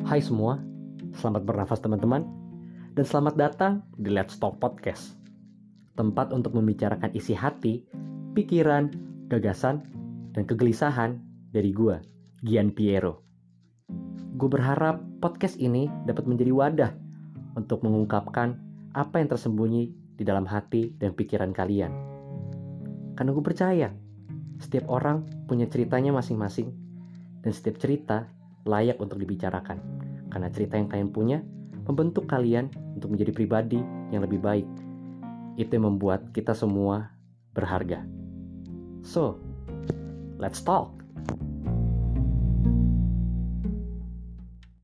Hai semua, selamat bernafas teman-teman, dan selamat datang di Let's Talk Podcast. Tempat untuk membicarakan isi hati, pikiran, gagasan, dan kegelisahan dari gua, Gian Piero. Gue berharap podcast ini dapat menjadi wadah untuk mengungkapkan apa yang tersembunyi di dalam hati dan pikiran kalian. Karena gue percaya, setiap orang punya ceritanya masing-masing, dan setiap cerita layak untuk dibicarakan. Karena cerita yang kalian punya membentuk kalian untuk menjadi pribadi yang lebih baik. Itu yang membuat kita semua berharga. So, let's talk.